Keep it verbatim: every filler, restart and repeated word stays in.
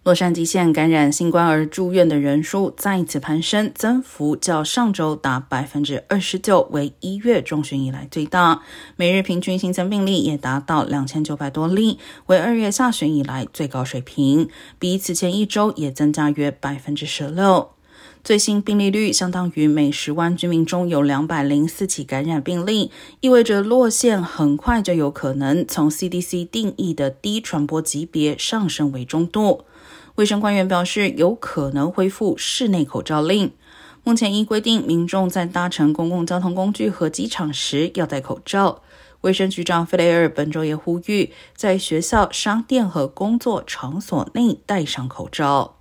洛杉矶县感染新冠而住院的人数再次攀升，增幅较上周达 百分之二十九， 为一月中旬以来最大。每日平均新增病例也达到两千九百多例，为二月下旬以来最高水平，比此前一周也增加约 百分之十六。最新病例率相当于每十万居民中有两百零四起感染病例，意味着洛县很快就有可能从 C D C 定义的低传播级别上升为中度。卫生官员表示，有可能恢复室内口罩令。目前依规定，民众在搭乘公共交通工具和机场时要戴口罩。卫生局长费雷尔本周也呼吁，在学校、商店和工作场所内戴上口罩。